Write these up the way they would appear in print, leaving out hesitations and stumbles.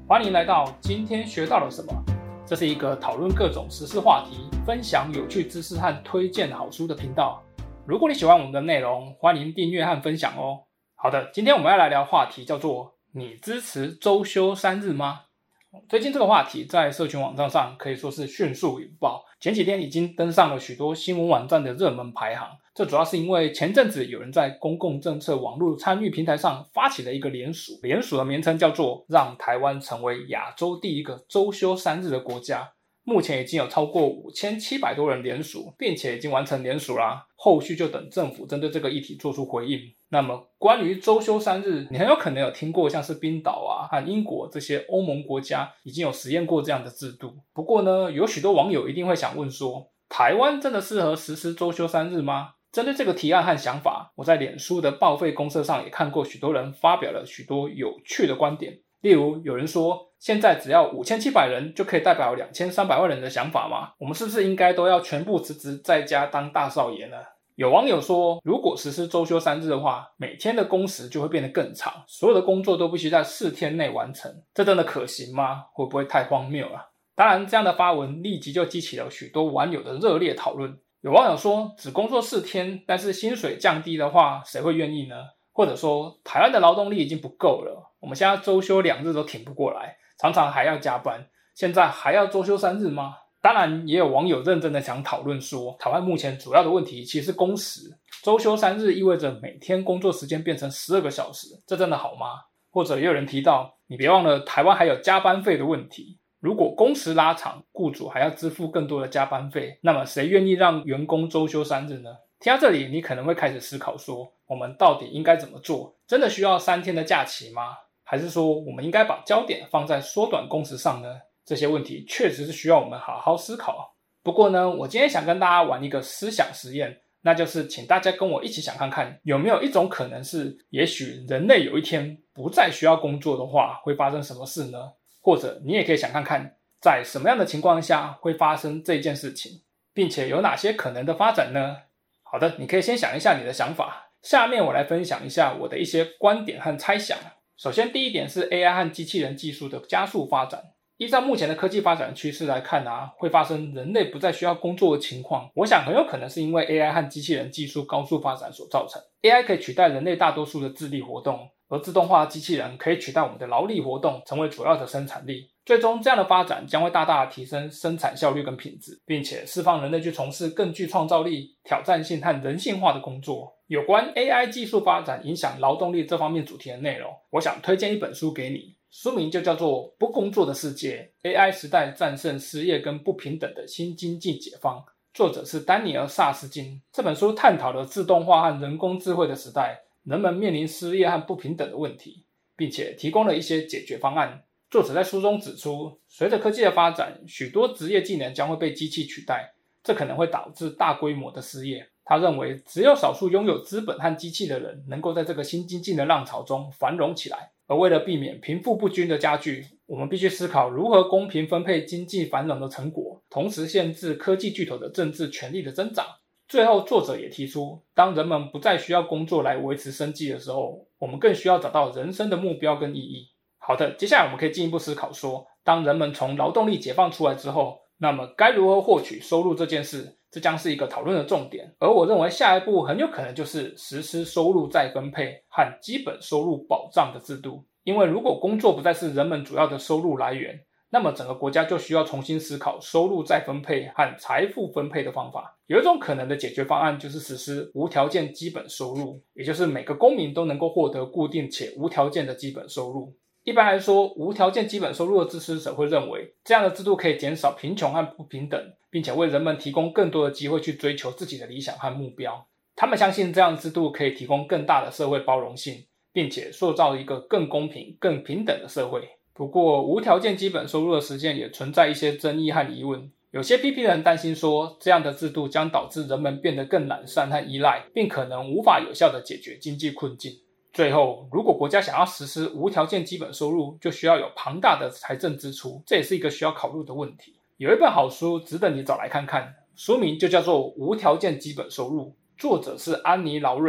欢迎来到今天学到了什么。这是一个讨论各种时事话题、分享有趣知识和推荐好书的频道。如果你喜欢我们的内容，欢迎订阅和分享哦。好的，今天我们要来聊话题叫做你支持周休3日吗？最近这个话题在社群网站上可以说是迅速引爆，前几天已经登上了许多新闻网站的热门排行。这主要是因为前阵子有人在公共政策网络参与平台上发起了一个联署的名称叫做让台湾成为亚洲第一个周休3日的国家。目前已经有超过5700多人联署，并且已经完成联署啦，后续就等政府针对这个议题做出回应。那么关于周休3日，你很有可能有听过像是冰岛和英国这些欧盟国家已经有实验过这样的制度。不过呢，有许多网友一定会想问说，台湾真的适合实施周休3日吗？针对这个提案和想法，我在脸书的报废公社上也看过许多人发表了许多有趣的观点。例如有人说，现在只要5700人就可以代表2300万人的想法吗？我们是不是应该都要全部辞职在家当大少爷呢？有网友说，如果实施周休3日的话，每天的工时就会变得更长，所有的工作都必须在4天内完成。这真的可行吗？会不会太荒谬了？当然，这样的发文立即就激起了许多网友的热烈讨论。有网友说，只工作4天，但是薪水降低的话，谁会愿意呢？或者说，台湾的劳动力已经不够了，我们现在周休2日都挺不过来，常常还要加班，现在还要周休3日吗？当然，也有网友认真的想讨论说，台湾目前主要的问题其实是工时，周休3日意味着每天工作时间变成12个小时，这真的好吗？或者也有人提到，你别忘了台湾还有加班费的问题，如果工时拉长，雇主还要支付更多的加班费，那么谁愿意让员工周休3日呢？听到这里，你可能会开始思考说，我们到底应该怎么做？真的需要3天的假期吗？还是说我们应该把焦点放在缩短工时上呢？这些问题确实是需要我们好好思考。不过呢，我今天想跟大家玩一个思想实验，那就是请大家跟我一起想看看，有没有一种可能是，也许人类有一天不再需要工作的话，会发生什么事呢？或者你也可以想看看，在什么样的情况下会发生这件事情，并且有哪些可能的发展呢？好的，你可以先想一下你的想法。下面我来分享一下我的一些观点和猜想。首先第一点是 AI 和机器人技术的加速发展。依照目前的科技发展趋势来看会发生人类不再需要工作的情况，我想很有可能是因为 AI 和机器人技术高速发展所造成。AI 可以取代人类大多数的智力活动，而自动化的机器人可以取代我们的劳力活动，成为主要的生产力。最终这样的发展将会大大提升生产效率跟品质，并且释放人类去从事更具创造力、挑战性和人性化的工作。有关 AI 技术发展影响劳动力这方面主题的内容，我想推荐一本书给你，书名就叫做《不工作的世界 AI 时代战胜失业跟不平等的新经济解放》，作者是丹尼尔·萨斯金。这本书探讨了自动化和人工智慧的时代，人们面临失业和不平等的问题，并且提供了一些解决方案。作者在书中指出，随着科技的发展，许多职业技能将会被机器取代，这可能会导致大规模的失业。他认为，只有少数拥有资本和机器的人能够在这个新经济的浪潮中繁荣起来。而为了避免贫富不均的加剧，我们必须思考如何公平分配经济繁荣的成果，同时限制科技巨头的政治权力的增长。最后，作者也提出，当人们不再需要工作来维持生计的时候，我们更需要找到人生的目标跟意义。好的，接下来我们可以进一步思考说，当人们从劳动力解放出来之后，那么该如何获取收入这件事，这将是一个讨论的重点。而我认为下一步很有可能就是实施收入再分配和基本收入保障的制度。因为如果工作不再是人们主要的收入来源，那么整个国家就需要重新思考收入再分配和财富分配的方法。有一种可能的解决方案就是实施无条件基本收入，也就是每个公民都能够获得固定且无条件的基本收入。一般来说，无条件基本收入的支持者会认为，这样的制度可以减少贫穷和不平等，并且为人们提供更多的机会去追求自己的理想和目标。他们相信这样的制度可以提供更大的社会包容性，并且塑造一个更公平、更平等的社会。不过，无条件基本收入的实现也存在一些争议和疑问。有些批评人担心说，这样的制度将导致人们变得更懒散和依赖，并可能无法有效地解决经济困境。最后，如果国家想要实施无条件基本收入，就需要有庞大的财政支出，这也是一个需要考虑的问题。有一本好书值得你找来看看，书名就叫做《无条件基本收入》，作者是安妮·劳瑞。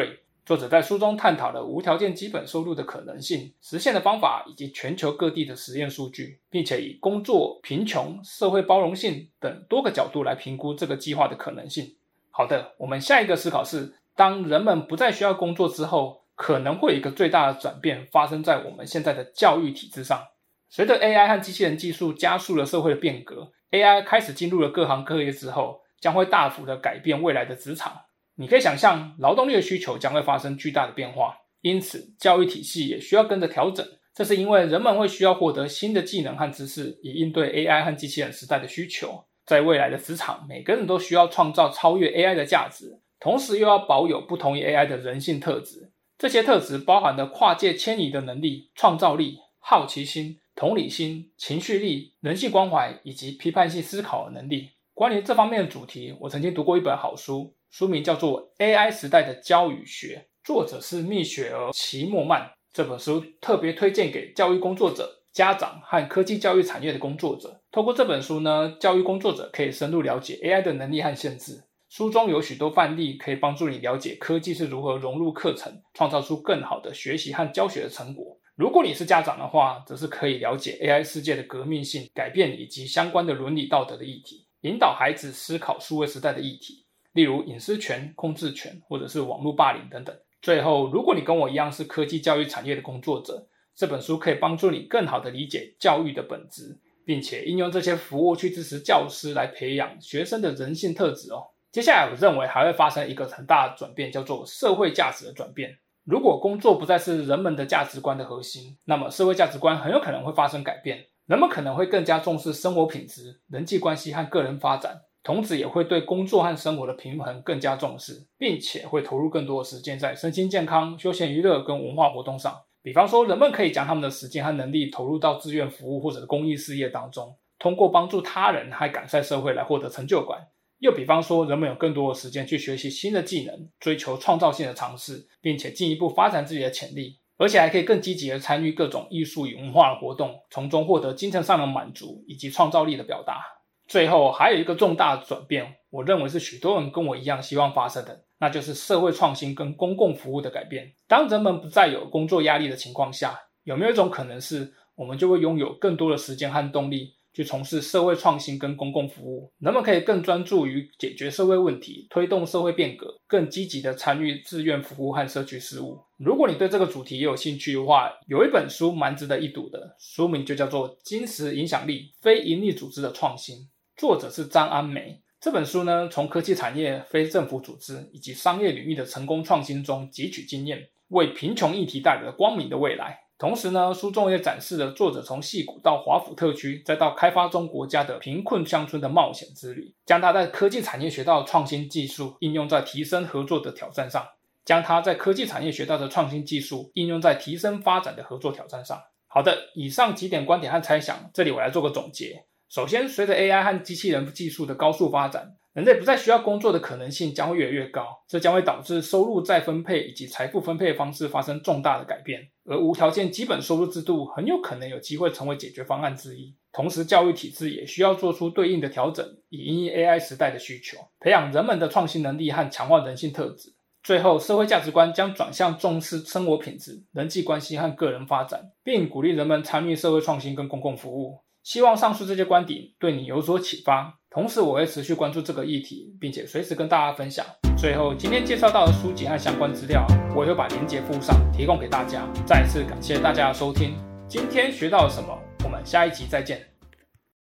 作者在书中探讨了无条件基本收入的可能性、实现的方法以及全球各地的实验数据，并且以工作、贫穷、社会包容性等多个角度来评估这个计划的可能性。好的，我们下一个思考是，当人们不再需要工作之后，可能会有一个最大的转变发生在我们现在的教育体制上。随着 AI 和机器人技术加速了社会的变革， AI 开始进入了各行各业之后，将会大幅的改变未来的职场。你可以想象，劳动力的需求将会发生巨大的变化，因此教育体系也需要跟着调整。这是因为人们会需要获得新的技能和知识，以应对 AI 和机器人时代的需求。在未来的职场，每个人都需要创造超越 AI 的价值，同时又要保有不同于 AI 的人性特质。这些特质包含了跨界迁移的能力、创造力、好奇心、同理心、情绪力、人性关怀以及批判性思考的能力。关于这方面的主题，我曾经读过一本好书，书名叫做《AI 时代的教与学》，作者是蜜雪儿·齐默曼。这本书特别推荐给教育工作者、家长和科技教育产业的工作者。透过这本书呢，教育工作者可以深入了解 AI 的能力和限制。书中有许多范例可以帮助你了解科技是如何融入课程，创造出更好的学习和教学的成果。如果你是家长的话，则是可以了解 AI 世界的革命性、改变以及相关的伦理道德的议题，引导孩子思考数位时代的议题，例如隐私权、控制权或者是网络霸凌等等。最后，如果你跟我一样是科技教育产业的工作者，这本书可以帮助你更好地理解教育的本质，并且应用这些服务去支持教师来培养学生的人性特质哦。接下来我认为还会发生一个很大的转变，叫做社会价值的转变。如果工作不再是人们的价值观的核心，那么社会价值观很有可能会发生改变。人们可能会更加重视生活品质、人际关系和个人发展，同时也会对工作和生活的平衡更加重视，并且会投入更多的时间在身心健康、休闲娱乐跟文化活动上。比方说，人们可以将他们的时间和能力投入到志愿服务或者公益事业当中，通过帮助他人和改善社会来获得成就感。又比方说，人们有更多的时间去学习新的技能，追求创造性的尝试，并且进一步发展自己的潜力，而且还可以更积极的参与各种艺术与文化的活动，从中获得精神上的满足以及创造力的表达。最后还有一个重大的转变，我认为是许多人跟我一样希望发生的，那就是社会创新跟公共服务的改变。当人们不再有工作压力的情况下，有没有一种可能是，我们就会拥有更多的时间和动力去从事社会创新跟公共服务，人们可以更专注于解决社会问题，推动社会变革，更积极的参与志愿服务和社区事务。如果你对这个主题也有兴趣的话，有一本书蛮值得一读的，书名就叫做《金石影响力：非营利组织的创新》，作者是张安梅。这本书呢，从科技产业、非政府组织以及商业领域的成功创新中汲取经验，为贫穷议题带来了光明的未来。同时呢，书中也展示了作者从矽谷到华府特区，再到开发中国家的贫困乡村的冒险之旅，将他在科技产业学到的创新技术应用在提升合作的挑战上，将他在科技产业学到的创新技术应用在提升发展的合作挑战上。好的，以上几点观点和猜想，这里我来做个总结。首先，随着 AI 和机器人技术的高速发展，人类不再需要工作的可能性将会越来越高，这将会导致收入再分配以及财富分配方式发生重大的改变，而无条件基本收入制度很有可能有机会成为解决方案之一。同时，教育体制也需要做出对应的调整，以因应 AI 时代的需求，培养人们的创新能力和强化人性特质。最后，社会价值观将转向重视生活品质、人际关系和个人发展，并鼓励人们参与社会创新跟公共服务。希望上述这些观点对你有所启发，同时我会持续关注这个议题，并且随时跟大家分享。最后，今天介绍到的书籍和相关资料，我也会把连结附上，提供给大家。再次感谢大家的收听，今天学到了什么？我们下一集再见。